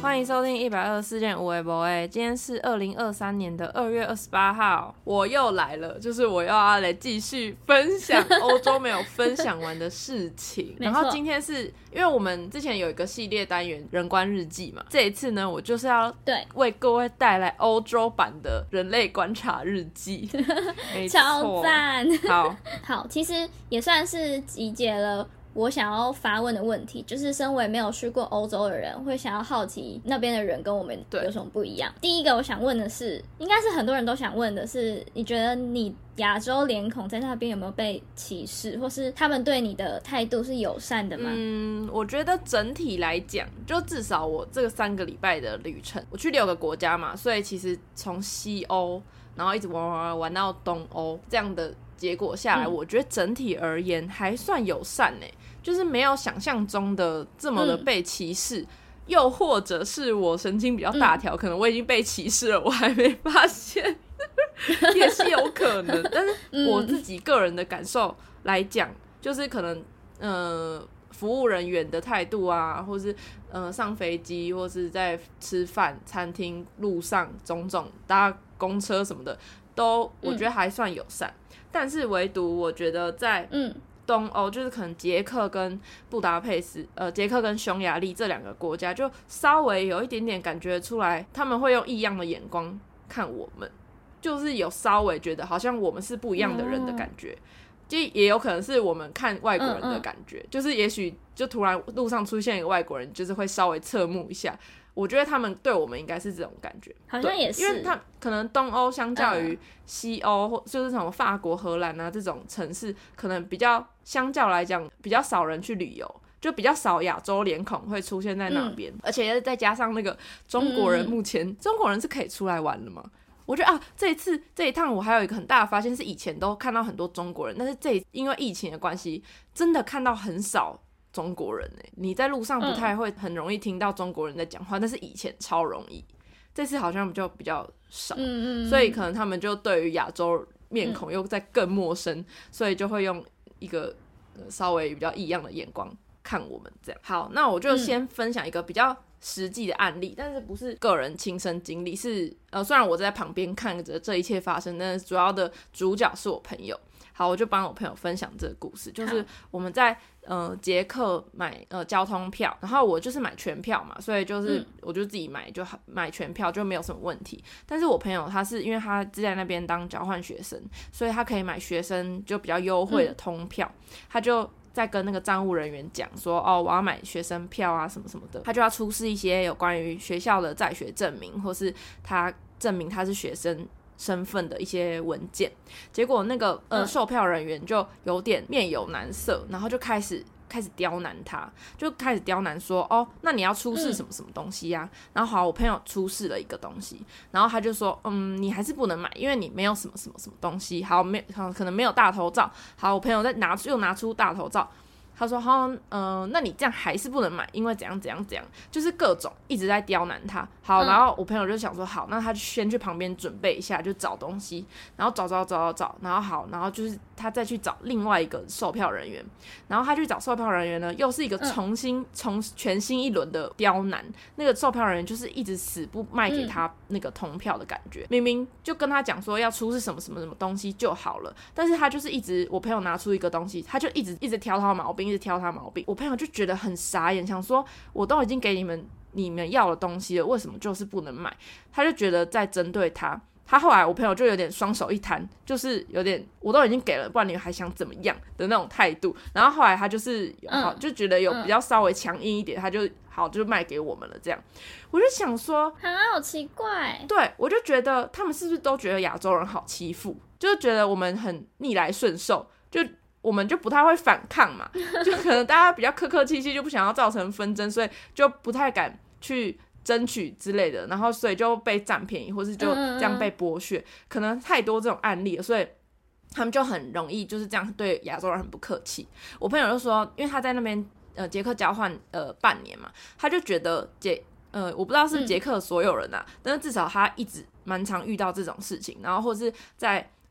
欢迎收听124件有的没的，今天是2023年2月28号，我又来了，就是我要来继续分享欧洲没有分享完的事情。然后今天是因为我们之前有一个系列单元人观日记嘛，这一次呢，我就是要为各位带来欧洲版的人类观察日记。没错， 超赞。 好， 其实也算是集结了我想要发问的问题，就是身为没有去过欧洲的人会想要好奇那边的人跟我们有什么不一样。第一个我想问的是，应该是很多人都想问的是，你觉得你亚洲脸孔在那边有没有被歧视，或是他们对你的态度是友善的吗？ 我觉得整体来讲，就至少我这个3个礼拜的旅程，我去6个国家嘛，所以其实从西欧然后一直玩到东欧，这样的结果下来，我觉得整体而言还算友善欸，就是没有想象中的这么的被歧视，又或者是我神经比较大条，可能我已经被歧视了，我还没发现，也是有可能。但是我自己个人的感受来讲，就是可能服务人员的态度啊，或是上飞机或是在吃饭餐厅路上种种搭公车什么的，都我觉得还算友善。但是唯独我觉得在东欧，就是可能捷克跟布达佩斯捷克跟匈牙利这2个国家，就稍微有一点点感觉出来他们会用异样的眼光看我们，就是有稍微觉得好像我们是不一样的人的感觉，就也有可能是我们看外国人的感觉，就是也许就突然路上出现一个外国人，就是会稍微侧目一下，我觉得他们对我们应该是这种感觉， 好像也是， 因为他可能东欧相较于西欧，或就是什么法国、荷兰啊这种城市，可能比较相较来讲比较少人去旅游，就比较少亚洲脸孔会出现在那边，而且再加上那个中国人，目前中国人是可以出来玩的吗？我觉得这一趟我还有一个很大的发现是，以前都看到很多中国人，但是因为疫情的关系，真的看到很少中国人欸，你在路上不太会很容易听到中国人在讲话，但是以前超容易，这次好像就比较少，所以可能他们就对于亚洲面孔又再更陌生，所以就会用一个稍微比较异样的眼光看我们这样。好，那我就先分享一个比较实际的案例，但是不是个人亲身经历，是虽然我在旁边看着这一切发生，但是主要的主角是我朋友。好，我就帮我朋友分享这个故事，就是我们在捷克买交通票，然后我就是买全票嘛，所以就是我就自己买，就买全票就没有什么问题。但是我朋友他是因为他是在那边当交换学生，所以他可以买学生就比较优惠的通票，他就在跟那个站务人员讲说，我要买学生票啊什么什么的，他就要出示一些有关于学校的在学证明，或是他证明他是学生身份的一些文件。结果那个售票人员就有点面有难色，然后就开始刁难他，就开始刁难说，那你要出示什么什么东西啊？然后好，我朋友出示了一个东西，然后他就说，你还是不能买，因为你没有什么什么什么东西。好，可能没有大头照。好，我朋友又拿出大头照。他说好，那你这样还是不能买，因为怎样怎样怎样，就是各种一直在刁难他。好，然后我朋友就想说好，那他就先去旁边准备一下，就找东西，然后找，然后好，然后就是他再去找另外一个售票人员，然后他去找售票人员呢，又是一个全新一轮的刁难。那个售票人员就是一直死不卖给他那个通票的感觉，明明就跟他讲说要出示什么什么什么东西就好了，但是他就是一直，我朋友拿出一个东西，他就一直挑他毛病，一直挑他毛病。我朋友就觉得很傻眼，想说我都已经给你们要的东西了，为什么就是不能买？他就觉得在针对他。他后来我朋友就有点双手一摊，就是有点我都已经给了，不然你还想怎么样的那种态度。然后后来他就是就觉得有比较稍微强硬一点，他就好就卖给我们了这样。我就想说好奇怪， 对，我就觉得他们是不是都觉得亚洲人好欺负，就是觉得我们很逆来顺受，就我们就不太会反抗嘛，就可能大家比较客客气气，就不想要造成纷争，所以就不太敢去争取之类的，然后所以就被占便宜，或是就这样被剥削，可能太多这种案例了，所以他们就很容易就是这样对亚洲人很不客气。我朋友就说，因为他在那边捷克交换半年嘛，他就觉得我不知道是捷克所有人啊，但是至少他一直蛮常遇到这种事情，然后或是在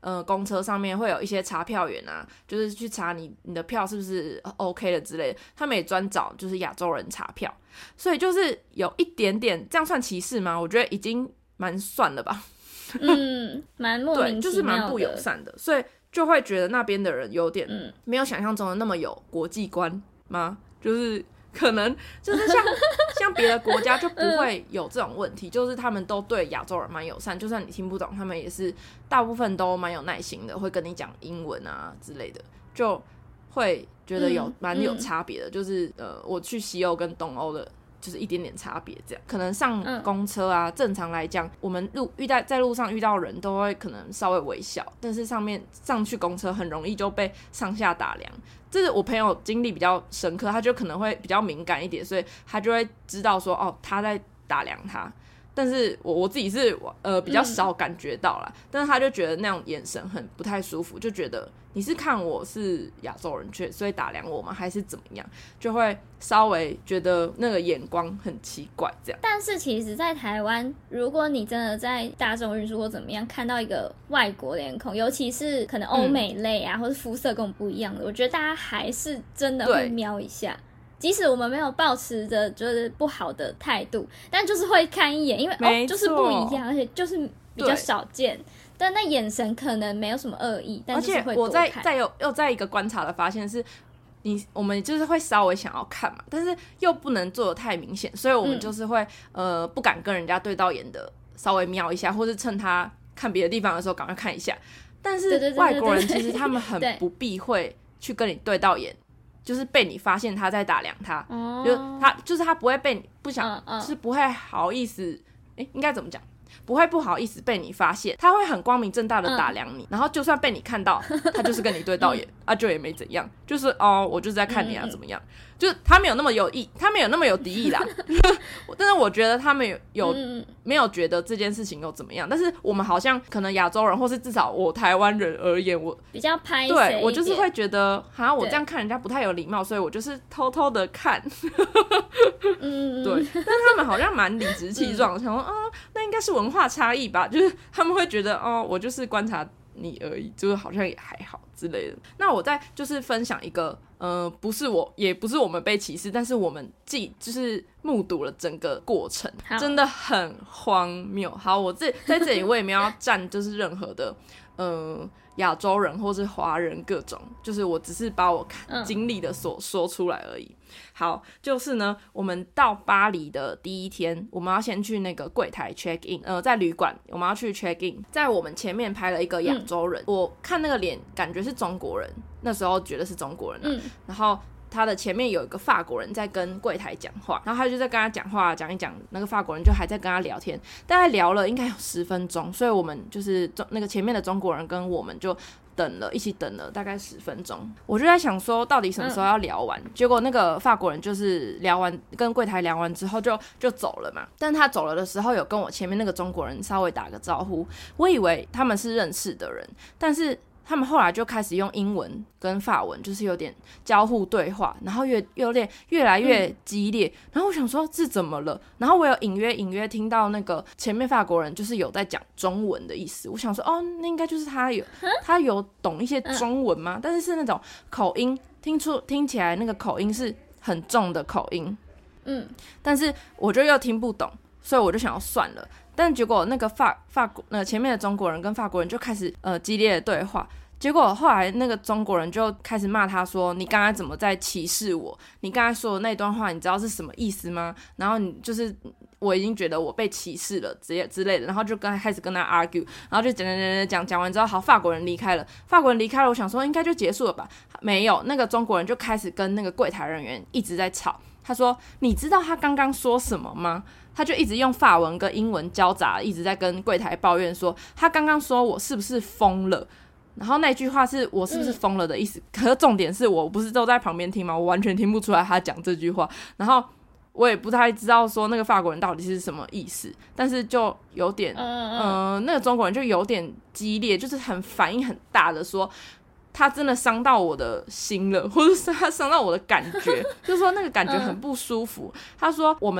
公车上面会有一些查票员啊，就是去查你的票是不是 OK 的之类的，他们也专找就是亚洲人查票，所以就是有一点点，这样算歧视吗？我觉得已经蛮算了吧。 蛮莫名其妙的， 对，就是蛮不友善的，所以就会觉得那边的人有点没有想象中的那么有国际观吗？就是可能就是像别的国家就不会有这种问题，就是他们都对亚洲人蛮友善，就算你听不懂，他们也是大部分都蛮有耐心的，会跟你讲英文啊之类的，就会觉得蛮有差别的。就是我去西欧跟东欧的。就是一点点差别，这样可能上公车啊，正常来讲，我们在路上遇到人都会可能稍微微笑，但是上去公车很容易就被上下打量。这是我朋友经历比较深刻，他就可能会比较敏感一点，所以他就会知道说哦他在打量他。但是我自己是比较少感觉到啦，但是他就觉得那种眼神很不太舒服，就觉得你是看我是亚洲人所以打量我吗？还是怎么样？就会稍微觉得那个眼光很奇怪这样。 但是其实在台湾，如果你真的在大众运输或怎么样看到一个外国脸孔，尤其是可能欧美类啊，或是肤色跟我们不一样的，我觉得大家还是真的会瞄一下。即使我们没有抱持着就是不好的态度，但就是会看一眼，因为就是不一样，而且就是比较少见。但那眼神可能没有什么恶意，但就是会多看。 而且我又在一个观察的发现是，我们就是会稍微想要看嘛，但是又不能做得太明显，所以我们就是会不敢跟人家对到眼的，稍微瞄一下，或是趁他看别的地方的时候赶快看一下。但是外国人其实他们很不避讳去跟你对到眼。就是被你发现他在打量他，他不会被你不想，就是不会好意思，应该怎么讲？不会不好意思被你发现，他会很光明正大的打量你，然后就算被你看到，他就是跟你对到眼，就也没怎样，就是我就是在看你啊，怎么样？就是他没有那么有敌意啦，但是我觉得他们没有觉得这件事情有怎么样，但是我们好像可能亚洲人，或是至少我台湾人而言，我比较拍摄， 对我就是会觉得，我这样看人家不太有礼貌，所以我就是偷偷的看，对，但他们好像蛮理直气壮，想说那应该是文化差异吧，就是他们会觉得我就是观察你而已，就是好像也还好之类的。那我再就是分享一个也不是我们被歧视，但是我们就是目睹了整个过程，真的很荒谬。好，我在这里我也没有要站就是任何的亚洲人或是华人各种，就是我只是把我经历的所说出来而已。好，就是呢，我们到巴黎的第一天，我们要先去那个柜台 check in， 在旅馆我们要去 check in， 在我们前面排了一个亚洲人，我看那个脸感觉是中国人，那时候觉得是中国人然后他的前面有一个法国人在跟柜台讲话，然后他就在跟他讲话，讲一讲，那个法国人就还在跟他聊天，大概聊了应该有10分钟，所以我们就是那个前面的中国人跟我们就一起等了大概10分钟。我就在想说到底什么时候要聊完，结果那个法国人就是跟柜台聊完之后就走了嘛，但他走了的时候有跟我前面那个中国人稍微打个招呼，我以为他们是认识的人，但是他们后来就开始用英文跟法文就是有点交互对话，然后越来越激烈，然后我想说这怎么了，然后我有隐约听到那个前面法国人就是有在讲中文的意思，我想说那应该就是他有懂一些中文吗？但是那种口音听起来那个口音是很重的口音，但是我就又听不懂，所以我就想要算了。但结果那个前面的中国人跟法国人就开始激烈的对话，结果后来那个中国人就开始骂他说，你刚才怎么在歧视我，你刚才说的那段话你知道是什么意思吗？然后你就是我已经觉得我被歧视了之类的，然后就开始跟他 argue， 然后就讲完之后，好，法国人离开了，我想说应该就结束了吧，没有，那个中国人就开始跟那个柜台人员一直在吵，他说你知道他刚刚说什么吗？他就一直用法文跟英文交杂，一直在跟柜台抱怨说他刚刚说我是不是疯了，然后那句话是我是不是疯了的意思，可是重点是我不是都在旁边听吗？我完全听不出来他讲这句话，然后我也不太知道说那个法国人到底是什么意思，但是就有点那个中国人就有点激烈，就是反应很大的说他真的伤到我的心了，或者是他伤到我的感觉就是说那个感觉很不舒服他说我们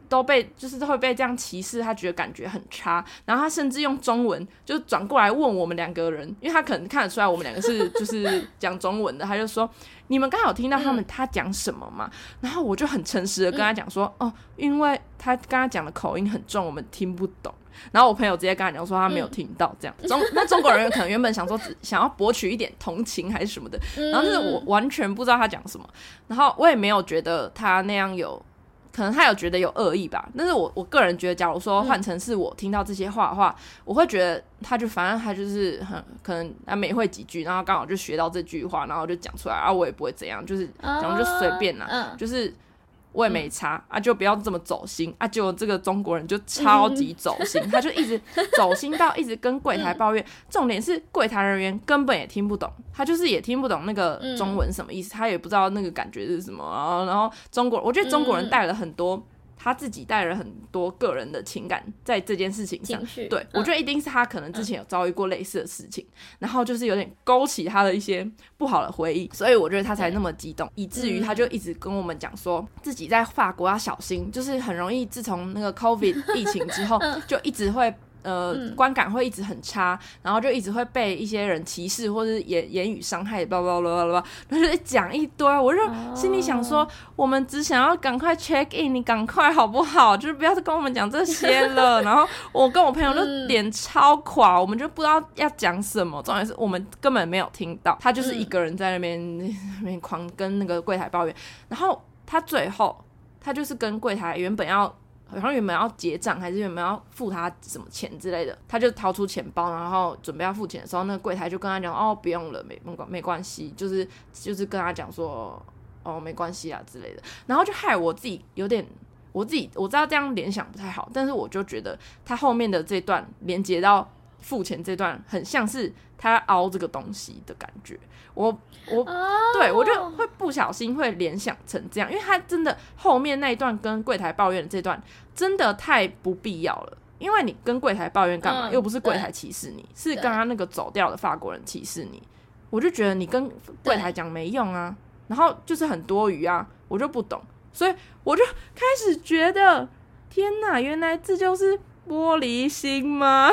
都会被这样歧视，他觉得感觉很差，然后他甚至用中文就转过来问我们2个人，因为他可能看得出来我们2个是就是讲中文的，他就说你们刚好有听到他讲什么吗？然后我就很诚实的跟他讲说因为他刚刚讲的口音很重，我们听不懂。然后我朋友直接跟他讲说他没有听到这样，那中国人可能原本想说想要博取一点同情还是什么的，然后就是我完全不知道他讲什么，然后我也没有觉得他那样可能他有觉得有恶意吧，但是我个人觉得，假如说换成是我听到这些话的话，我会觉得反正他就是可能他没会几句，然后刚好就学到这句话，然后就讲出来，然后我也不会怎样，就是讲就随便啦，就是我也没差就不要这么走心结果这个中国人就超级走心，他就一直走心到一直跟柜台抱怨，重点是柜台人员根本也听不懂，他就是也听不懂那个中文什么意思，他也不知道那个感觉是什么，然后我觉得中国人带了很多他自己带了很多个人的情感在这件事情上，对，我觉得一定是他可能之前有遭遇过类似的事情，然后就是有点勾起他的一些不好的回忆，所以我觉得他才那么激动，以至于他就一直跟我们讲说自己在法国要小心，就是很容易自从那个 COVID 疫情之后就一直会观感会一直很差，然后就一直会被一些人歧视或是言语伤害，然后就讲一堆，我就心里想说我们只想要赶快 check in， 你赶快好不好，就是不要再跟我们讲这些了然后我跟我朋友就脸超垮，我们就不知道要讲什么，重点是我们根本没有听到，他就是一个人在那边狂跟那个柜台抱怨，然后他最后他就是跟柜台好像原本要结账还是原本要付他什么钱之类的，他就掏出钱包，然后准备要付钱的时候，那个柜台就跟他讲不用了，没关系，就是跟他讲说没关系啊之类的，然后就害我自己有点我知道这样联想不太好，但是我就觉得他后面的这段连接到付钱这段很像是他凹这个东西的感觉，对，我就会不小心会联想成这样，因为他真的后面那一段跟柜台抱怨的这段真的太不必要了，因为你跟柜台抱怨干嘛，又不是柜台歧视你，是刚刚那个走掉的法国人歧视你，我就觉得你跟柜台讲没用啊，然后就是很多余啊，我就不懂，所以我就开始觉得天哪，原来这就是玻璃心吗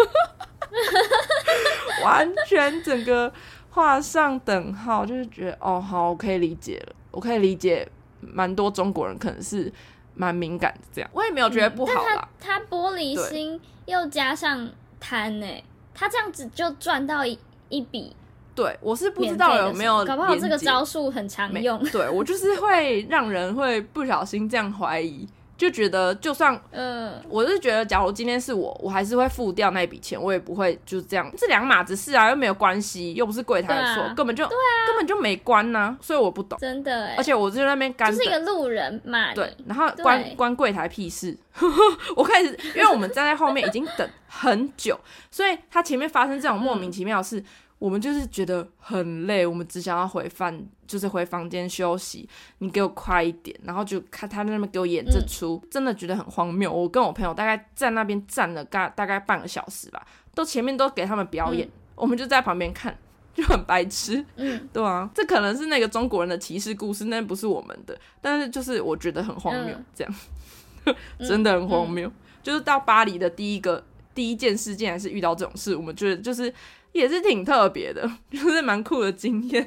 完全整个画上等号，就是觉得好，我可以理解了，我可以理解蛮多中国人可能是蛮敏感的这样，我也没有觉得不好啦， 他玻璃心又加上贪他这样子就赚到一笔， 对，我是不知道有没有， 搞不好这个招数很常用， 对，我就是会让人会不小心这样怀疑，就觉得就算我是觉得假如今天是我还是会付掉那笔钱，我也不会就是这样，这两码子事啊，又没有关系，又不是柜台的错，根本就没关啊，所以我不懂， 真的而且我就在那边干等， 就是一个路人嘛， 对，然后关柜台屁事我开始因为我们站在后面已经等很久，所以他前面发生这种莫名其妙的事我们就是觉得很累，我们只想要回房间休息，你给我快一点，然后就看他在那边给我演这出，真的觉得很荒谬。我跟我朋友大概在那边站了大概半个小时吧，前面都给他们表演，我们就在旁边看，就很白痴。对啊，这可能是那个中国人的歧视故事，那不是我们的，但是就是我觉得很荒谬，这样真的很荒谬。就是到巴黎的第一件事竟然是遇到这种事，我们觉得就是也是挺特别的，就是蛮酷的经验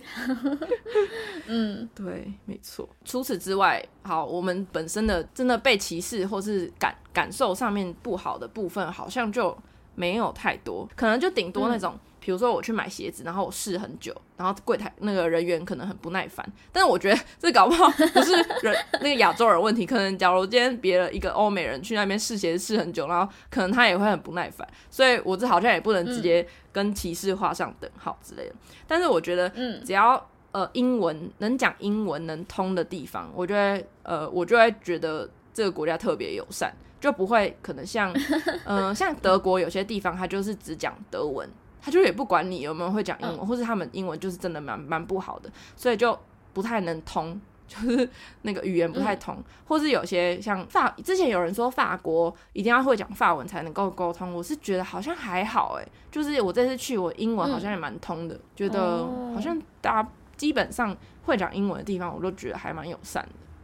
对，没错。除此之外，好，我们本身的真的被歧视或是感受上面不好的部分好像就没有太多，可能就顶多那种比如说我去买鞋子，然后我试很久，然后柜台那个人员可能很不耐烦，但是我觉得这搞不好不是那个亚洲人问题，可能假如今天别了一个欧美人去那边试鞋子试很久，然后可能他也会很不耐烦，所以我这好像也不能直接跟歧视画上等号之类的。但是我觉得只要英文能讲英文能通的地方，我就会觉得这个国家特别友善，就不会可能像德国有些地方他就是只讲德文，他就也不管你有没有会讲英文，或是他们英文就是真的蛮不好的，所以就不太能通，就是那个语言不太通，或是有些像之前有人说法国一定要会讲法文才能够沟通，我是觉得好像还好就是我这次去我英文好像也蛮通的，觉得好像大家基本上会讲英文的地方我都觉得还蛮友善的，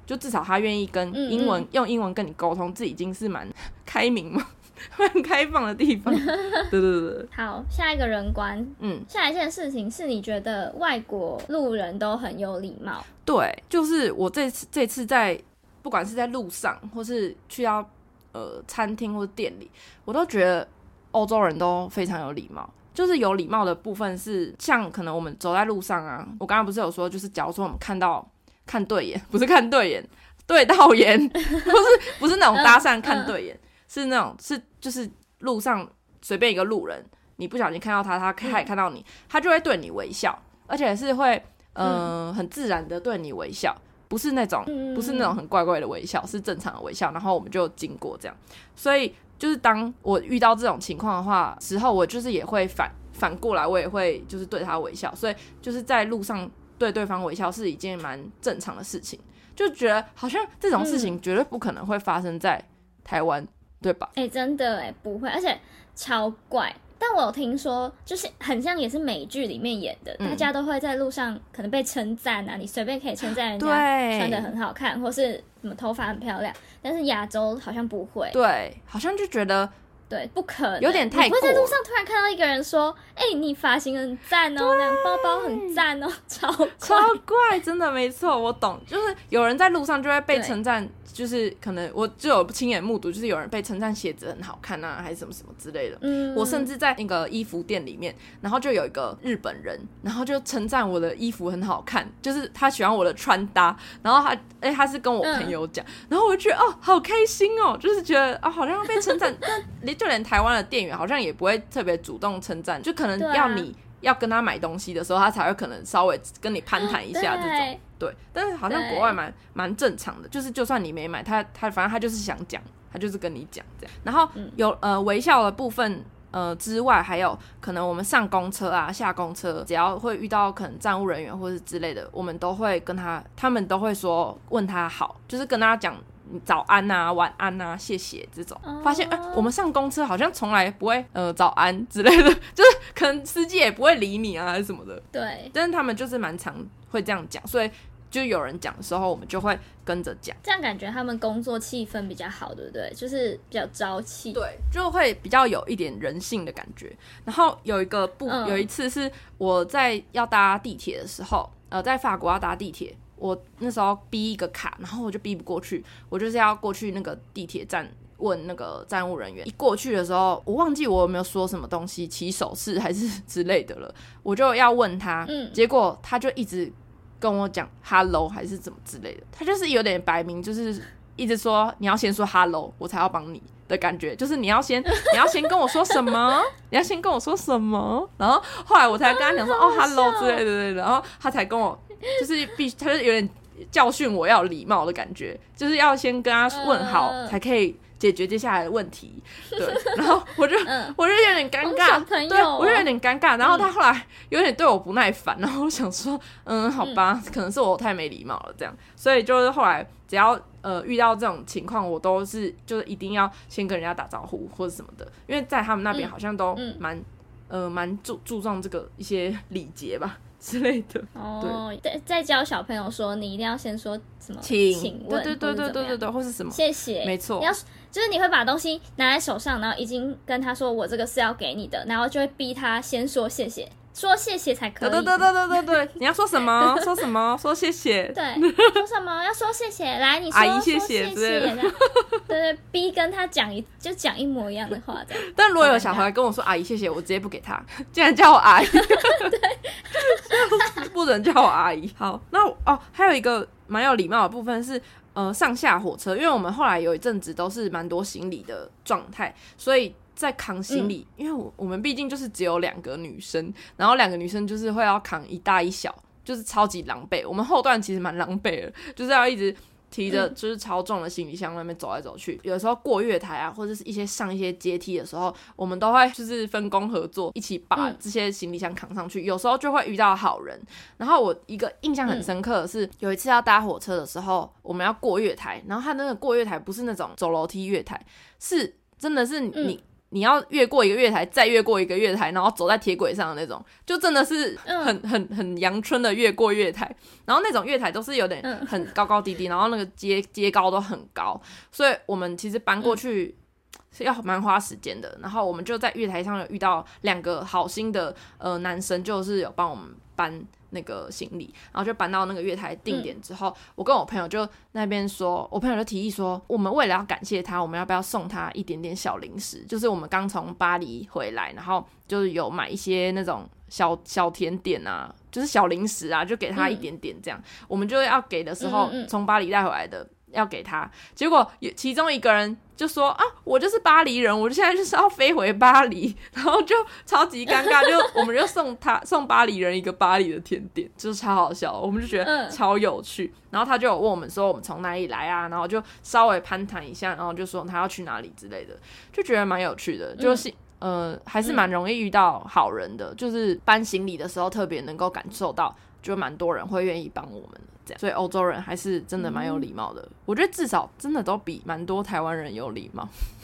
就至少他愿意跟英文用英文跟你沟通，这已经是蛮开明嘛蛮开放的地方。对对对。 好，下一个人观，下一件事情是你觉得外国路人都很有礼貌。 对，就是我这次在不管是在路上或是去到餐厅或店里，我都觉得欧洲人都非常有礼貌。就是有礼貌的部分是像可能我们走在路上啊，我刚刚不是有说，就是假如说我们看对眼，不是看对眼，对到眼，不是那种搭讪看对眼，是那种就是路上随便一个路人，你不小心看到他也看到你，他就会对你微笑，而且是会很自然的对你微笑，不是那种很怪怪的微笑，是正常的微笑，然后我们就经过这样。所以就是当我遇到这种情况的话时候，我就是也会反过来，我也会就是对他微笑，所以就是在路上对对方微笑是一件蛮正常的事情，就觉得好像这种事情绝对不可能会发生在台湾，对吧？ 真的不会，而且超怪。但我有听说，就是很像也是美剧里面演的，大家都会在路上可能被称赞啊，你随便可以称赞人家穿得很好看，或是什么头发很漂亮，但是亚洲好像不会。 对，好像就觉得对，不可能， 有点太过了。 你会在路上突然看到一个人说：“你发型很赞哦，那包包很赞哦，超怪，真的没错，我懂。就是有人在路上就会被称赞，就是可能我就有亲眼目睹，就是有人被称赞鞋子很好看啊，还是什么什么之类的。我甚至在那个衣服店里面，然后就有一个日本人，然后就称赞我的衣服很好看，就是他喜欢我的穿搭，然后他是跟我朋友讲，然后我就觉得好开心哦，就是觉得好像被称赞，但就连台湾的店员好像也不会特别主动称赞，就可能要你要跟他买东西的时候，他才会可能稍微跟你攀谈一下这种。对，但是好像国外蛮正常的，就是就算你没买，他反正他就是想讲，他就是跟你讲这样。然后有微笑的部分之外，还有可能我们上公车啊、下公车，只要会遇到可能站务人员或是之类的，我们都会跟他们都会说问他好，就是跟他讲早安啊、晚安啊、谢谢这种。发现我们上公车好像从来不会早安之类的，就是可能司机也不会理你啊还是什么的。 对， 但是他们就是蛮常会这样讲，所以就有人讲的时候，我们就会跟着讲。 这样感觉他们工作气氛比较好，对不对？就是比较朝气。 对，就会比较有一点人性的感觉。然后有一次是我在要搭地铁的时候，在法国要搭地铁。我那时候逼一个卡，然后我就逼不过去，我就是要过去那个地铁站问那个站务人员。一过去的时候，我忘记我有没有说什么东西，起手势还是之类的了，我就要问他，结果他就一直跟我讲 hello 还是怎么之类的，他就是有点摆明就是一直说你要先说 hello 我才要帮你的感觉，就是你要先跟我说什么你要先跟我说什么，然后后来我才跟他讲说hello 之类的，然后他才跟我就是他就有点教训我要有礼貌的感觉，就是要先跟他问好才可以解决接下来的问题。对，然后我就有点尴尬，对，我就有点尴尬。然后他后来有点对我不耐烦，然后我想说，好吧，可能是我太没礼貌了这样。所以就是后来只要遇到这种情况，我都是就是一定要先跟人家打招呼或者什么的，因为在他们那边好像都蛮注重这个一些礼节吧。之类的对，在教小朋友说你一定要先说什么请问， 对，或是什么谢谢， 没错， 就是你会把东西拿在手上，然后已经跟他说我这个是要给你的，然后就会逼他先说谢谢，说谢谢才可以。 对，你要说什么说什么，说谢谢， 对，说什么要说谢谢，来你说阿姨谢谢之类的， 对，逼跟他讲一模一样的话这样。 但如果有小孩跟我说阿姨谢谢，我直接不给他，竟然叫我阿姨，对，不准叫我阿姨。好，那还有一个蛮有礼貌的部分是上下火车，因为我们后来有一阵子都是蛮多行李的状态，所以在扛行李，因为我们毕竟就是只有2个女生，然后2个女生就是会要扛一大一小，就是超级狼狈。我们后段其实蛮狼狈的，就是要一直提着就是超重的行李箱外面走来走去。有时候过月台啊，或者是上一些阶梯的时候，我们都会就是分工合作，一起把这些行李箱扛上去。有时候就会遇到好人。然后我一个印象很深刻的是，有一次要搭火车的时候，我们要过月台，然后它那个过月台不是那种走楼梯月台，是真的是你要越过一个月台，再越过一个月台，然后走在铁轨上的那种，就真的是很阳春的越过月台。然后那种月台都是有点很高高低低，然后那个阶高都很高，所以我们其实搬过去是要蛮花时间的。然后我们就在月台上有遇到2个好心的男生，就是有帮我们搬那个行李，然后就搬到那个月台定点之后，我跟我朋友就那边说，我朋友就提议说，我们为了要感谢他，我们要不要送他一点点小零食，就是我们刚从巴黎回来，然后就是有买一些那种小甜点啊，就是小零食啊，就给他一点点这样。我们就要给的时候，从巴黎带回来的要给他，结果其中一个人就说啊，我就是巴黎人，我现在就是要飞回巴黎，然后就超级尴尬，就我们就送巴黎人一个巴黎的甜点，就是超好笑，我们就觉得超有趣。然后他就有问我们说我们从哪里来啊，然后就稍微攀谈一下，然后就说他要去哪里之类的，就觉得蛮有趣的，就是还是蛮容易遇到好人的，就是搬行李的时候特别能够感受到，就蛮多人会愿意帮我们的。所以欧洲人还是真的蛮有礼貌的，我觉得至少真的都比蛮多台湾人有礼貌。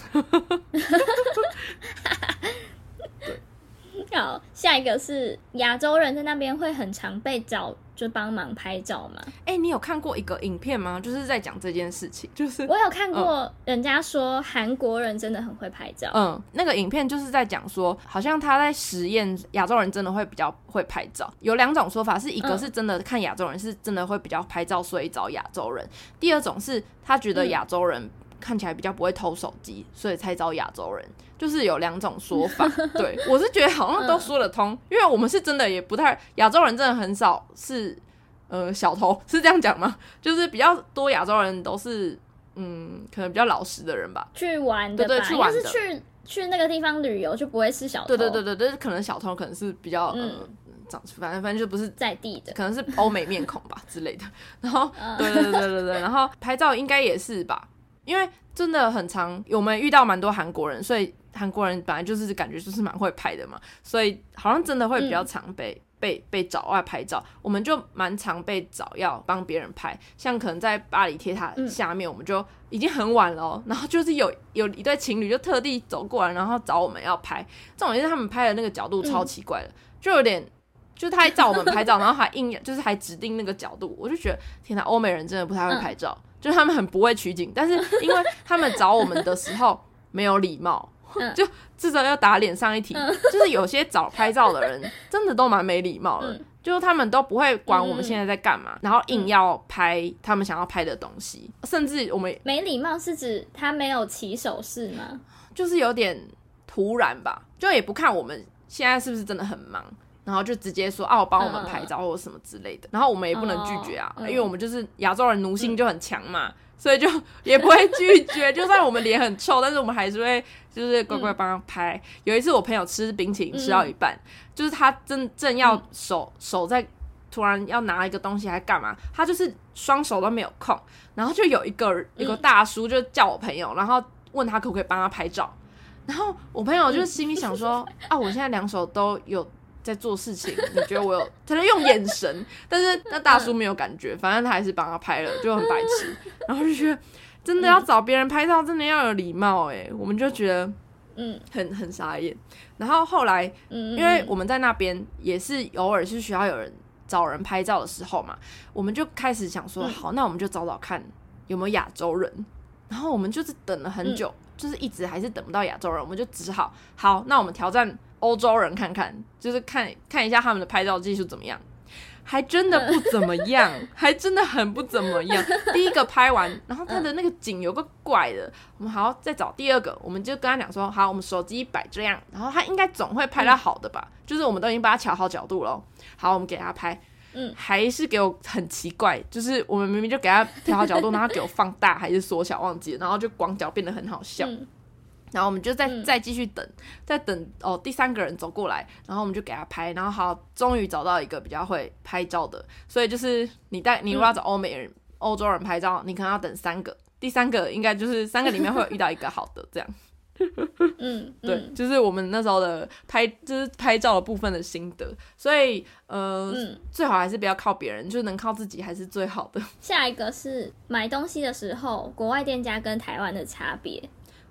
对，好，下一个是亚洲人在那边会很常被找就帮忙拍照吗？ 你有看过一个影片吗？就是在讲这件事情，就是我有看过人家说韩国人真的很会拍照。 那个影片就是在讲说，好像他在实验亚洲人真的会比较会拍照，有2种说法，是一个是真的看亚洲人是真的会比较拍照，所以找亚洲人；第二种是他觉得亚洲人看起来比较不会偷手机，所以才找亚洲人。就是有2种说法。对，我是觉得好像都说得通，因为我们是真的也不太，亚洲人真的很少是小偷，是这样讲吗？就是比较多亚洲人都是可能比较老实的人吧， 去玩的吧， 对，去玩的， 要是去那个地方旅游就不会是小偷。 对，可能小偷可能是比较反正就不是在地的， 可能是欧美面孔吧之类的。然后对，然后拍照应该也是吧，因为真的很常，我们遇到蛮多韩国人，所以韩国人本来就是感觉就是蛮会拍的嘛，所以好像真的会比较常被找来拍照。我们就蛮常被找要帮别人拍，像可能在巴黎铁塔下面，我们就已经很晚了然后就是有一对情侣就特地走过来，然后找我们要拍。重点是他们拍的那个角度超奇怪的，就有点。就是他还照我们拍照，然后还就是还指定那个角度，我就觉得天哪，欧美人真的不太会拍照，就是他们很不会取景，但是因为他们找我们的时候没有礼貌，就至少要打脸上一题。就是有些找拍照的人真的都蛮没礼貌的，就是他们都不会管我们现在在干嘛，然后硬要拍他们想要拍的东西，甚至我们没礼貌是指他没有起手势吗？ 就是有点突然吧，就也不看我们现在是不是真的很忙。然后就直接说帮我们拍照或者什么之类的，然后我们也不能拒绝啊，因为我们就是亚洲人奴性就很强嘛，所以就也不会拒绝。就算我们脸很臭，但是我们还是会就是乖乖帮他拍。有一次我朋友吃冰淇淋吃到一半，就是他正要手在突然要拿一个东西还干嘛，他就是双手都没有空，然后就有一个大叔就叫我朋友，然后问他可不可以帮他拍照，然后我朋友就心里想说我现在2手都有在做事情，你觉得我有？他就用眼神，但是那大叔没有感觉，反正他还是帮他拍了，就很白痴。然后就觉得真的要找别人拍照，真的要有礼貌我们就觉得很傻眼。然后后来因为我们在那边也是偶尔是需要有人找人拍照的时候嘛，我们就开始想说好，那我们就找找看有没有亚洲人。然后我们就是等了很久，就是一直还是等不到亚洲人，我们就只好那我们挑战欧洲人看看，就是看一下他们的拍照技术怎么样。还真的不怎么样，还真的很不怎么样。第一个拍完，然后他的那个景有个怪的，我们好再找第2个，我们就跟他讲说好，我们手机摆这样，然后他应该总会拍到好的吧，就是我们都已经帮他调好角度了。好，我们给他拍，还是给我很奇怪，就是我们明明就给他调好角度，然后他给我放大还是缩小忘记了，然后就广角变得很好笑。然后我们就再继续等，再等第3个人走过来，然后我们就给他拍，然后好，终于找到一个比较会拍照的。所以就是你如果要找欧洲人拍照，你可能要等3个，第3个应该就是3个里面会有遇到一个好的这样。对，就是我们那时候的就是拍照的部分的心得。所以最好还是不要靠别人，就能靠自己还是最好的。 下一个是买东西的时候，国外店家跟台湾的差别。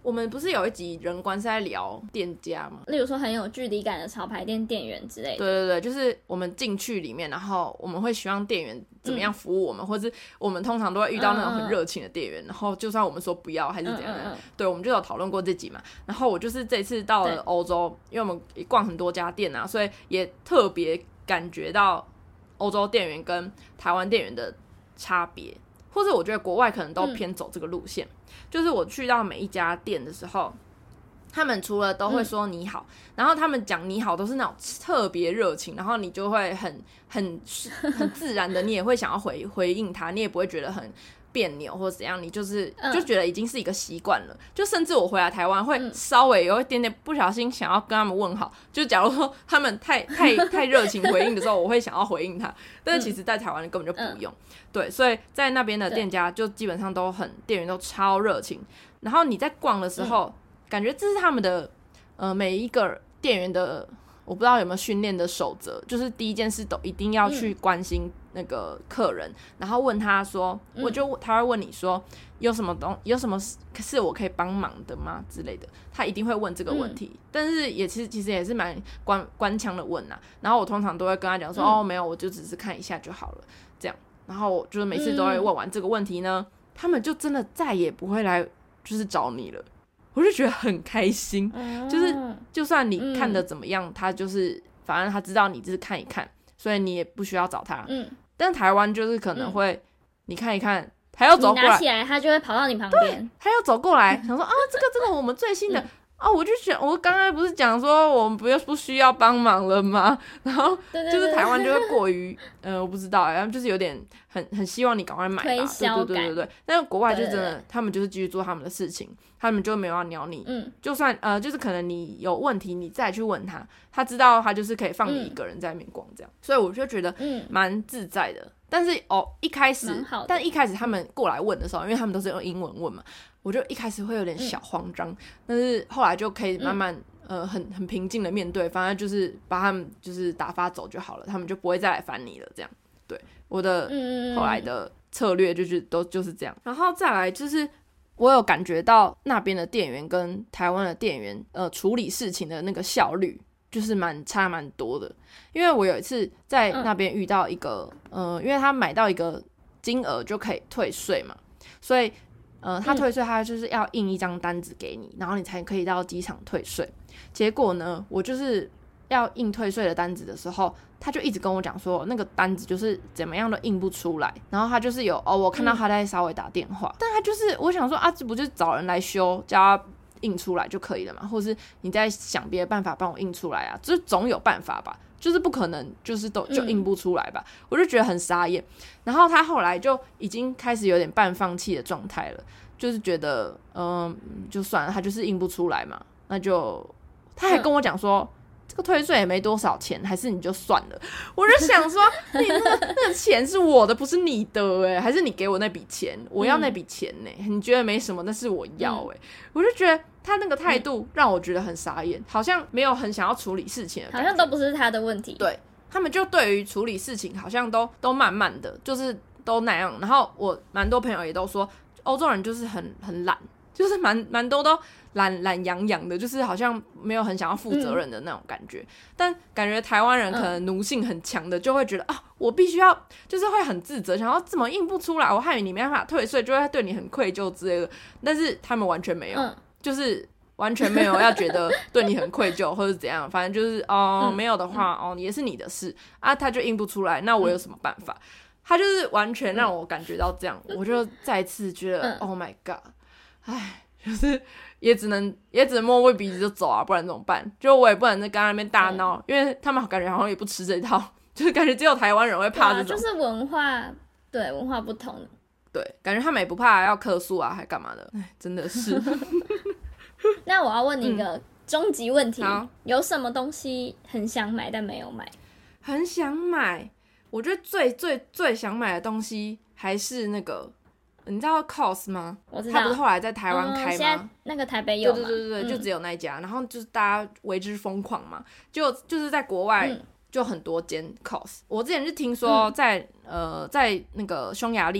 我们不是有一集人关是在聊店家吗？ 例如说很有距离感的潮牌店店员之类的。 对对对，就是我们进去里面，然后我们会希望店员怎么样服务我们，或是我们通常都会遇到那种很热情的店员，然后就算我们说不要还是怎样的，对，我们就有讨论过这集嘛。然后我就是这次到了欧洲，因为我们逛很多家店啊，所以也特别感觉到欧洲店员跟台湾店员的差别，或者我觉得国外可能都偏走这个路线。就是我去到每一家店的时候，他们除了都会说你好，然后他们讲你好都是那种特别热情，然后你就会很自然的，你也会想要回应他，你也不会觉得很别扭或怎样，你就觉得已经是一个习惯了。就甚至我回来台湾会稍微有一点点不小心想要跟他们问好，就假如说他们太热情回应的时候，我会想要回应他，但是其实在台湾根本就不用。对，所以在那边的店家就基本上都店员都超热情，然后你在逛的时候，感觉这是他们的每一个店员的，我不知道有没有训练的守则，就是第一件事都一定要去关心那个客人，然后问他说，他会问你说有什么是我可以帮忙的吗之类的，他一定会问这个问题，但是其实也是蛮官腔的问啊。然后我通常都会跟他讲说，哦，没有，我就只是看一下就好了，这样。然后我就是每次都会问完这个问题呢，他们就真的再也不会来就是找你了。我就觉得很开心，就是就算你看的怎么样，他就是反正他知道你只是看一看，所以你也不需要找他。但台湾就是可能会你看一看，他要走过来， 你拿起来他就会跑到你旁边， 他要走过来想说啊，这个我们最新的。我就想，我刚刚不是讲说我们不需要帮忙了吗？然后就是台湾就会过于我不知道，然后就是有点很希望你赶快买吧， 推销感， 对。但是国外就真的，他们就是继续做他们的事情，他们就没有要鸟你。就算就是可能你有问题，你再去问他，他知道他就是可以放你一个人在那边逛这样，所以我就觉得蛮自在的。但是一开始他们过来问的时候，因为他们都是用英文问嘛。我就一开始会有点小慌张，但是后来就可以慢慢很平静的面对，反正就是把他们就是打发走就好了，他们就不会再来烦你了。这样，对我的后来的策略就是这样。然后再来就是我有感觉到那边的店员跟台湾的店员处理事情的那个效率就是差蛮多的。因为我有一次在那边遇到一个因为他买到一个金额就可以退税嘛，所以他退税，他就是要印一张单子给你，然后你才可以到机场退税。结果呢，我就是要印退税的单子的时候，他就一直跟我讲说，那个单子就是怎么样都印不出来。然后他就是我看到他在稍微打电话，但他就是我想说啊，这不就是找人来修，叫他印出来就可以了嘛？或是你在想别的办法帮我印出来啊？就是总有办法吧。就是不可能就是就印不出来吧，我就觉得很傻眼。然后他后来就已经开始有点半放弃的状态了，就是觉得就算了，他就是印不出来嘛，那就他还跟我讲说这个退税也没多少钱，还是你就算了。我就想说你那个钱是我的不是你的还是你给我那笔钱，我要那笔钱你觉得没什么，但是我要我就觉得他那个态度让我觉得很傻眼，好像没有很想要处理事情的感觉， 好像都不是他的问题。 对，他们就对于处理事情好像都慢慢的，就是都那样。然后我蛮多朋友也都说欧洲人就是很懒，就是蛮多都懒洋洋的，就是好像没有很想要负责任的那种感觉。但感觉台湾人可能奴性很强的，就会觉得我必须要，就是会很自责，想要怎么印不出来，我害你没办法退税，就会对你很愧疚之类的。但是他们完全没有，就是完全没有要觉得对你很愧疚或者怎样，反正就是没有的话也是你的事啊，他就印不出来，那我有什么办法？他就是完全让我感觉到这样，我就再次觉得Oh my god， 就是也只能摸摸鼻子就走啊，不然怎么办？就我也不能在跟他那边大闹，因为他们感觉好像也不吃这一套，就是感觉只有台湾人会怕这种， 就是文化不同， 对，感觉他们也不怕要客诉啊，还干嘛的？真的是。 那我要问你一个终极问题，有什么东西很想买但没有买？ 很想买，我觉得最想买的东西还是那个，你知道 COS 吗？ 我知道， 他不是后来在台湾开吗？ 现在那个台北有吗？ 对，就只有那一家，然后就是大家为之疯狂嘛，就是在国外就很多间 COS。我之前是听说在那个匈牙利的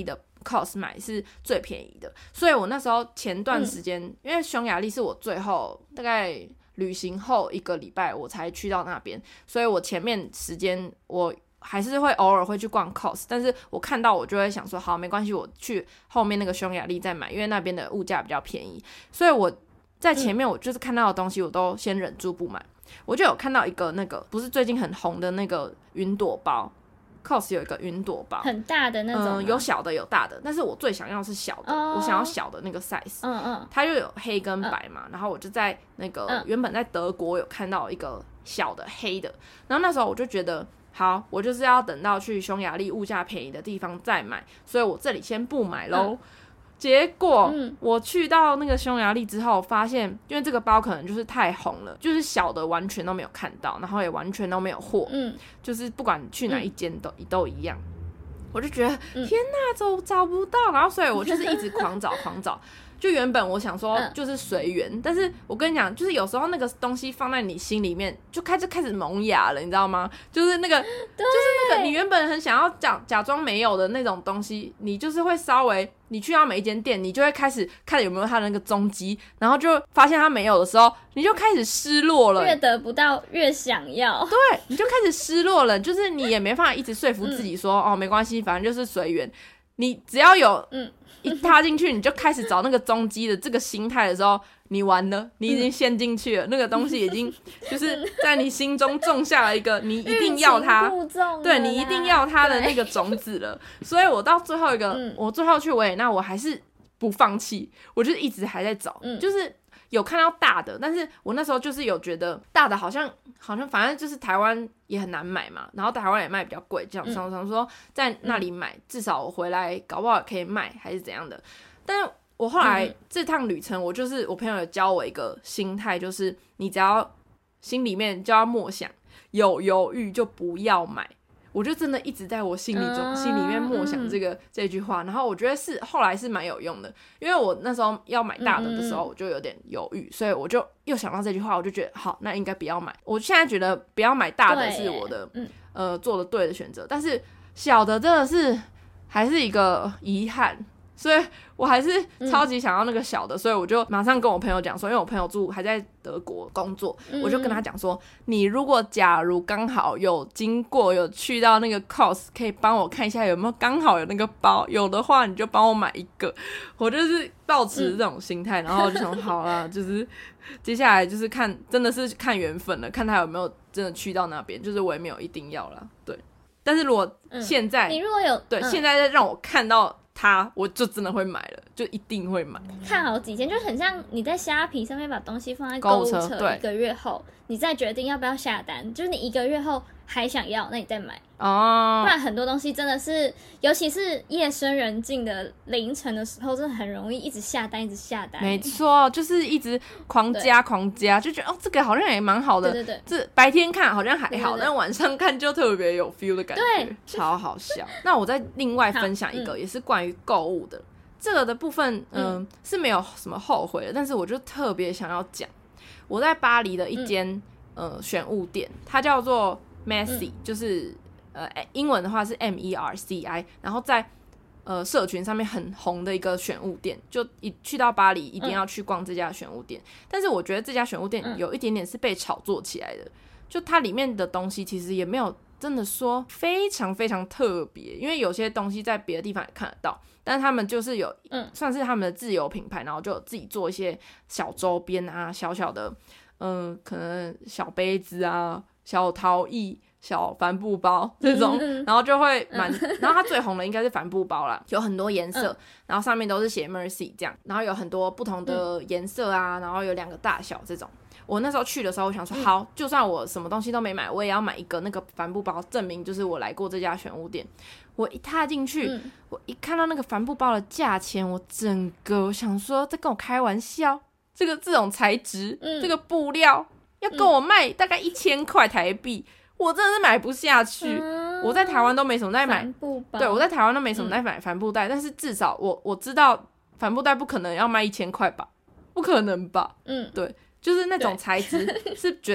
COS 买是最便宜的，所以我那时候前段时间，因为匈牙利是我最后大概旅行后1个礼拜我才去到那边，所以我前面时间我还是会偶尔会去逛 COS， 但是我看到我就会想说好没关系，我去后面那个匈牙利再买，因为那边的物价比较便宜，所以我在前面我就是看到的东西我都先忍住不买。我就有看到一个那个不是最近很红的那个云朵包， COS 有一个云朵包很大的那种有小的有大的，但是我最想要是小的，我想要小的那个 size，它又有黑跟白嘛，然后我就在那个原本在德国有看到一个小的黑的，然后那时候我就觉得好，我就是要等到去匈牙利物价便宜的地方再买，所以我这里先不买咯。结果我去到那个匈牙利之后发现，因为这个包可能就是太红了，就是小的完全都没有看到，然后也完全都没有货，就是不管去哪一间都一样，我就觉得天哪，找不到，然后所以我就是一直狂找狂找。就原本我想说就是随缘，但是我跟你讲，就是有时候那个东西放在你心里面就开始萌芽了，你知道吗？就是那个你原本很想要假装没有的那种东西，你就是会稍微你去到每一间店，你就会开始看有没有它的那个踪迹，然后就发现它没有的时候，你就开始失落了， 越得不到越想要， 对，你就开始失落了，就是你也没办法一直说服自己说哦没关系，反正就是随缘，你只要有一踏进去你就开始找那个踪迹的这个心态的时候，你完了，你已经陷进去了，那个东西已经就是在你心中种下了一个你一定要它，对，你一定要它的那个种子了。所以我到最后一个我最后去维也纳我还是不放弃，我就一直还在找，就是有看到大的，但是我那时候就是有觉得大的好像反正就是台湾也很难买嘛，然后台湾也卖比较贵，这样想说在那里买至少我回来搞不好也可以卖还是怎样的。但是我后来这趟旅程我就是我朋友有教我一个心态，就是你只要心里面就要默想有犹豫就不要买，我就真的一直在我心里面默想这句话，然后我觉得是后来是蛮有用的，因为我那时候要买大的时候我就有点犹豫，所以我就又想到这句话，我就觉得好，那应该不要买。我现在觉得不要买大的是我的做的对的选择，但是小的真的是还是一个遗憾，所以我还是超级想要那个小的，所以我就马上跟我朋友讲说，因为我朋友还在德国工作，我就跟他讲说，你如果假如刚好有经过有去到那个 COS， 可以帮我看一下有没有刚好有那个包，有的话你就帮我买一个。我就是抱持这种心态，然后就想好啦，就是接下来就是真的是看缘分了，看他有没有真的去到那边，就是我也没有一定要啦，对。但是如果现在你如果有现在再让我看到它，我就真的会买了，就一定会买。 看好几天，就很像你在虾皮上面把东西放在购物车，1个月后你再决定要不要下单，就是你1个月后还想要，那你再买哦。不然很多东西真的是，尤其是夜深人静的凌晨的时候，真的很容易一直下单，一直下单。 没错，就是一直狂加，就觉得哦，这个好像也蛮好的。 对， 这白天看好像还好，但晚上看就特别有 feel 的感觉，对，超好笑。那我再另外分享一个，也是关于购物的。这个的部分，是没有什么后悔的，但是我就特别想要讲，我在巴黎的一间选物店，它叫做 Messy，就是英文的话是 MERCI， 然后在社群上面很红的一个选物店，就一去到巴黎一定要去逛这家选物店。但是我觉得这家选物店有一点点是被炒作起来的，就它里面的东西其实也没有真的说非常非常特别，因为有些东西在别的地方也看得到，但是他们就是有算是他们的自有品牌，然后就有自己做一些小周边啊，小小的可能小杯子啊，小陶艺，小帆布包这种，然后就会然后它最红的应该是帆布包啦，有很多颜色，然后上面都是写 Mercy 这样，然后有很多不同的颜色啊，然后有2个大小这种。我那时候去的时候我想说好，就算我什么东西都没买，我也要买一个那个帆布包，证明就是我来过这家选物店。我一踏进去，我一看到那个帆布包的价钱，我整个我想说在跟我开玩笑，这种材质，这个布料要跟我卖大概1000块台币，我真的是买不下去。我在台湾都没什么在买帆布包，对，我在台湾都没什么在买帆布袋，但是至少我知道帆布袋不可能要卖1000块吧，不可能吧？对，就是那种材质是觉得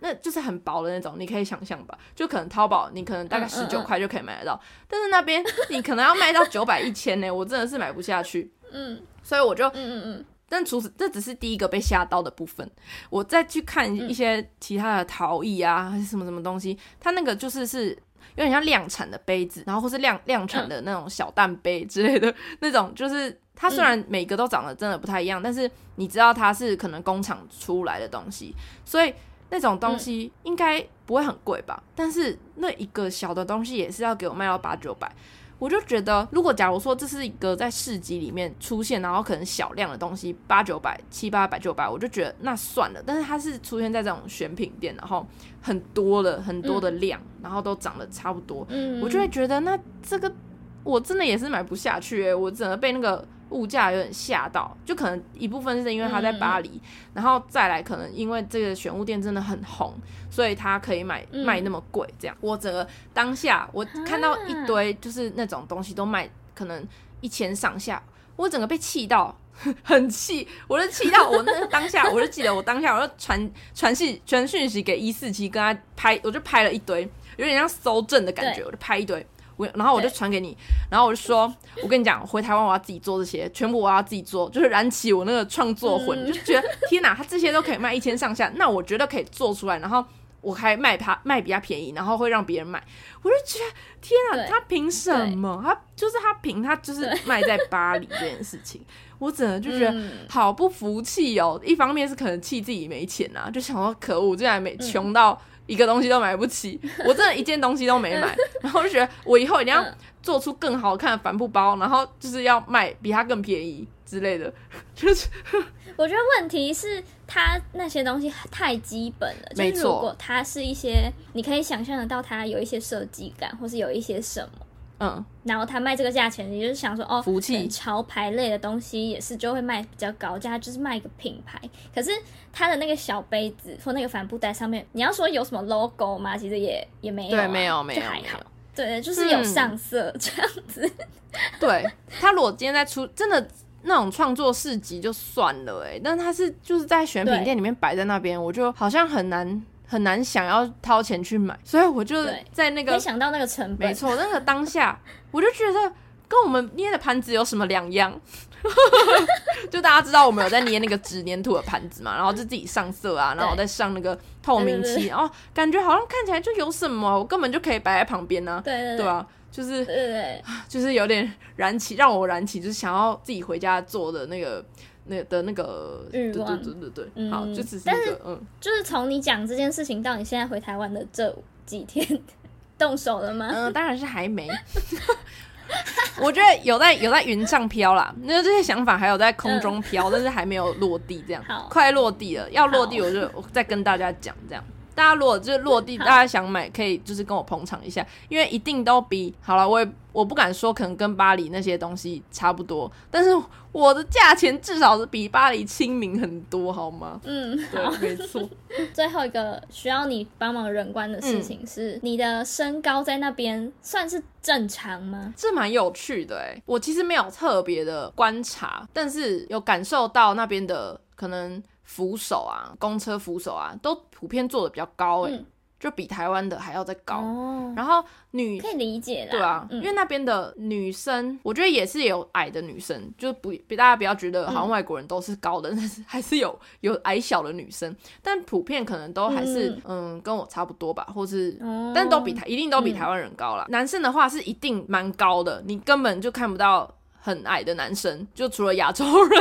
那就是很薄的那种，你可以想象吧，就可能淘宝你可能大概19块就可以买得到，但是那边你可能要卖到900、1000呢，我真的是买不下去。所以我就但除此这只是第一个被吓到的部分，我再去看一些其他的陶艺啊，还是什么什么东西，它那个就是有点像量产的杯子，然后或是量产的那种小蛋杯之类的那种，就是它虽然每个都长得真的不太一样，但是你知道它是可能工厂出来的东西，所以那种东西应该不会很贵吧，但是那一个小的东西也是要给我卖到800-900，我就觉得如果假如说这是一个在市集里面出现然后可能小量的东西800-900、700-800、900，我就觉得那算了，但是它是出现在这种选品店，然后很多的量，然后都长得差不多，我就会觉得那这个我真的也是买不下去我真的被那个物价有点吓到，就可能一部分是因为它在巴黎，然后再来可能因为这个选物店真的很红，所以它可以卖那么贵这样。我整个当下我看到一堆就是那种东西都卖可能1000上下，我整个被气到很气，我就气到我那个当下我就记得我当下我就传讯息给147跟他拍，我就拍了一堆有点像搜证的感觉，我就拍一堆然后我就传给你，然后我就说我跟你讲回台湾我要自己做这些，全部我要自己做，就是燃起我那个创作魂，就觉得天哪他这些都可以卖1000上下，那我觉得可以做出来，然后我还卖比较便宜，然后会让别人买，我就觉得天哪他凭什么，他就是卖在巴黎这件事情我真的就觉得好不服气一方面是可能气自己没钱啊，就想说可恶竟然没穷到一个东西都买不起，我真的一件东西都没买然后就觉得我以后一定要做出更好看的帆布包，然后就是要卖比它更便宜之类的就是我觉得问题是它那些东西太基本了，就是如果它是一些你可以想象得到它有一些设计感或是有一些什么然后他卖这个价钱，你就是想说福气潮牌类的东西也是就会卖比较高价，就是卖一个品牌。可是他的那个小杯子或那个帆布袋上面，你要说有什么 logo 吗？其实也没有、 对，没有， 就还好。对，就是有上色这样子。 对，他如果今天在出真的那种创作市集就算了但他是就是在选品店里面摆在那边，我就好像很难想要掏钱去买，所以我就在那个没想到那个成本， 没错，那个当下我就觉得跟我们捏的盘子有什么两样就大家知道我们有在捏那个纸粘土的盘子嘛，然后就自己上色啊，然后再上那个透明漆，然后感觉好像看起来就有什么，我根本就可以摆在旁边啊，对啊，就是有点让我燃起就是想要自己回家做的那个欲望， 对，好，就只是一个就是从你讲这件事情到你现在回台湾的这几天动手了吗？ 当然是还没我觉得有在云上飘啦，那这些想法还有在空中飘但是还没有落地，这样快落地了，要落地我就再跟大家讲这样。大家如果就是落地大家想买可以就是跟我捧场一下，因为一定都比好了，我不敢说可能跟巴黎那些东西差不多，但是我的价钱至少是比巴黎亲民很多好吗？对，没错。 最后一个需要你帮忙人关的事情是你的身高在那边算是正常吗？ 这蛮有趣的我其实没有特别的观察，但是有感受到那边的可能扶手啊，公车扶手啊，都普遍做的比较高就比台湾的还要再高然后可以理解啦， 对啊因为那边的女生我觉得也是有矮的女生，就大家不要觉得好像外国人都是高的但是还是有矮小的女生，但普遍可能都还是跟我差不多吧，或是但一定都比台湾人高啦男生的话是一定蛮高的，你根本就看不到很矮的男生，就除了亚洲人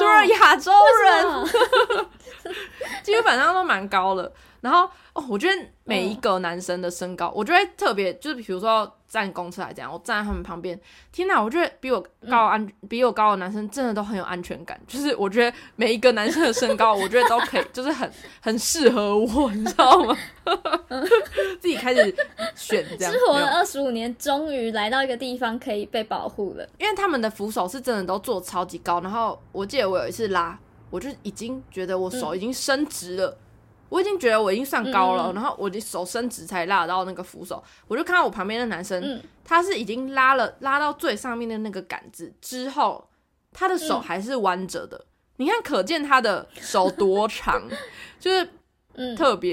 基本上都蛮高的。然后我觉得每一个男生的身高我觉得特别就是比如说站公车来讲，我站在他们旁边，天哪，我觉得比我高的男生真的都很有安全感，就是我觉得每一个男生的身高我觉得都可以就是很适合我，你知道吗自己开始选这样， 是活了25年终于来到一个地方可以被保护了， 因为他们的扶手是真的都做超级高，然后我记得我有一次拉，我就已经觉得我手已经伸直了我已经觉得我已经算高了然后我的手伸直才拉到那个扶手，我就看到我旁边的男生他是已经拉到最上面的那个杆子之后，他的手还是弯着的你看可见他的手多长就是特别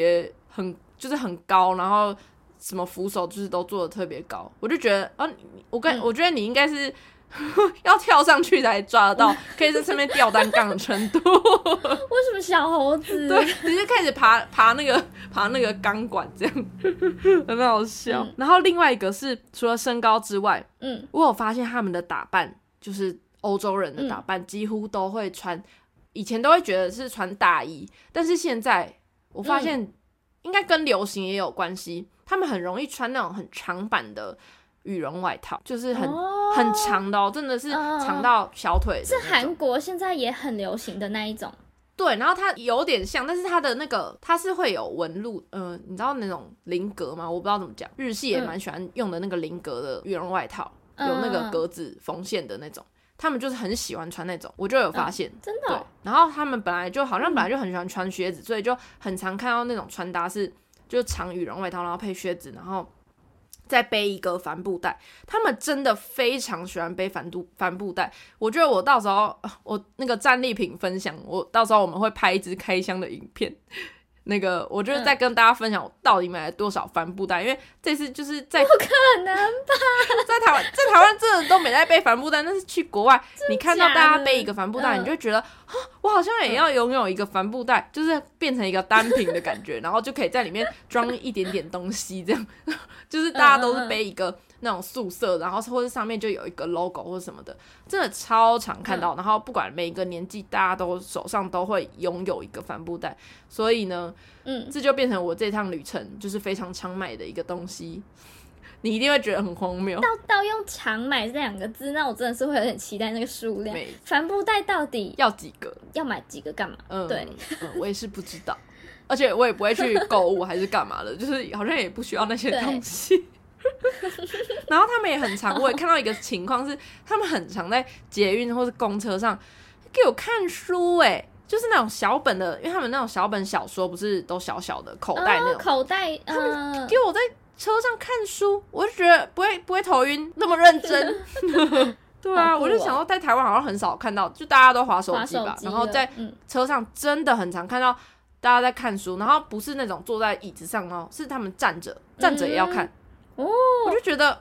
就是很高，然后什么扶手就是都做的特别高，我就觉得我觉得你应该是要跳上去才抓得到，可以在上面吊单杠的程度。 为什么小猴子？ 对，直接开始爬那个钢管，这样很好笑。然后另外一个是除了身高之外，我有发现他们的打扮，就是欧洲人的打扮，几乎都会穿。以前都会觉得是穿大衣，但是现在我发现应该跟流行也有关系，他们很容易穿那种很长版的羽绒外套，就是很长的真的是长到小腿的那种。 是韩国现在也很流行的那一种。 对，然后它有点像，但是它的那个它是会有纹路，你知道那种菱格吗？我不知道怎么讲，日系也蛮喜欢用的那个菱格的羽绒外套，有那个格子缝线的那种。他们就是很喜欢穿那种，我就有发现， 真的对。 然后他们本来就很喜欢穿靴子，所以就很常看到那种穿搭是就长羽绒外套，然后配靴子，然后再背一个帆布袋。他们真的非常喜欢背帆布袋。我觉得我到时候我那个战利品分享，我到时候我们会拍一支开箱的影片。那个，我就是在跟大家分享我到底买了多少帆布袋，因为这次就是在不可能吧， 在台湾真的都没在背帆布袋，但是去国外，你看到大家背一个帆布袋，你就觉得我好像也要拥有一个帆布袋，就是变成一个单品的感觉，然后就可以在里面装一点点东西，这样就是大家都是背一个那种素色，然后或者上面就有一个 logo 或者什么的，真的超常看到。然后不管每一个年纪，大家都手上都会拥有一个帆布袋，所以呢，这就变成我这趟旅程就是非常常买的一个东西。你一定会觉得很荒谬。 到用常买这2个字，那我真的是会有点期待那个数量。帆布袋到底要几个？要买几个干嘛？对， 我也是不知道，而且我也不会去购物还是干嘛的，就是好像也不需要那些东西。然后他们也很常，我也看到一个情况是，他们很常在捷运或是公车上给我看书，就是那种小本的，因为他们那种小本小说不是都小小的口袋那种， 口袋， 他们给我在车上看书，我就觉得不会头晕，那么认真。对啊，我就想说在台湾好像很少看到，就大家都滑手机吧，然后在车上真的很常看到大家在看书，然后不是那种坐在椅子上哦，是他们站着也要看。我就觉得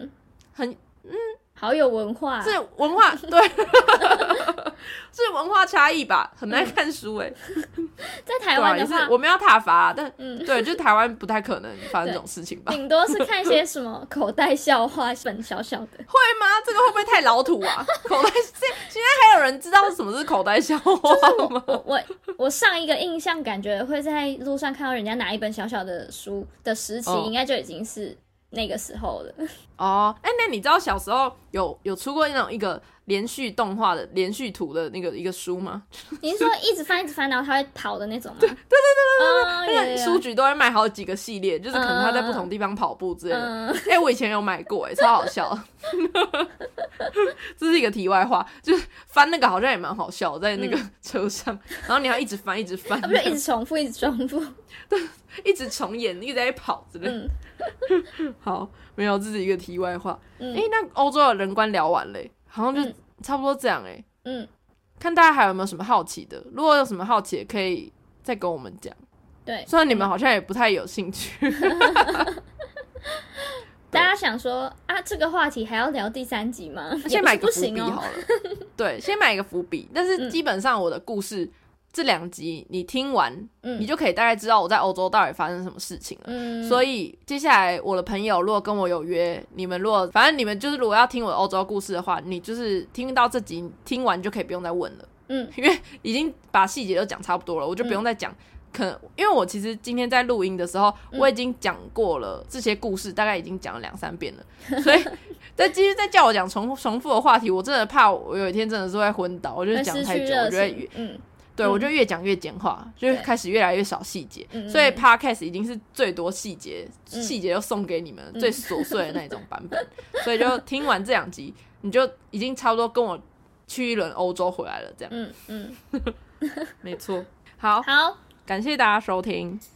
好有文化， 是文化对，是文化差异吧，很难看书在台湾的话， 我们要挞伐，但对，就是台湾不太可能发生这种事情吧， 顶多是看些什么口袋笑话本小小的， 会吗？这个会不会太老土啊？口袋现在还有人知道什么是口袋笑话吗？ 我上一个印象感觉会在路上看到人家拿一本小小的书的时期，应该就已经是那个时候了。 那你知道小时候有出过那种一个连续动画的连续图的那个一个书吗？ 你是说一直翻然后它会跑的那种吗？ 对，那个书局都会卖好几个系列，就是可能他在不同地方跑步之类的。我以前有买过，超好笑。这是一个题外话，就是翻那个好像也蛮好笑，在那个车上，然后你要一直翻， 不是一直重复， 对，一直重演，一直在跑之类的。好，没有，这是一个题外话。那欧洲的人观聊完了，好像就差不多这样看大家还有没有什么好奇的？如果有什么好奇，可以再跟我们讲。 对， 虽然你们好像也不太有兴趣。 大家想说这个话题还要聊第3集吗？ 先买个伏笔好了。对，先买一个伏笔。但是基本上我的故事这2集你听完，你就可以大概知道我在欧洲到底发生什么事情了。所以接下来我的朋友如果跟我有约，反正你们就是如果要听我的欧洲故事的话，你就是听到这集听完就可以不用再问了。因为已经把细节都讲差不多了，我就不用再讲。可能因为我其实今天在录音的时候，我已经讲过了这些故事，大概已经讲了2-3遍了，所以再继续再叫我讲重复的话题，我真的怕我有一天真的是会昏倒，我就讲太久，我觉得对，我就越讲越简化，就开始越来越少细节，所以 podcast 已经是最多细节就送给你们最琐碎的那种版本，所以就听完这2集，你就已经差不多跟我去一轮欧洲回来了，这样。没错。好，感谢大家收听。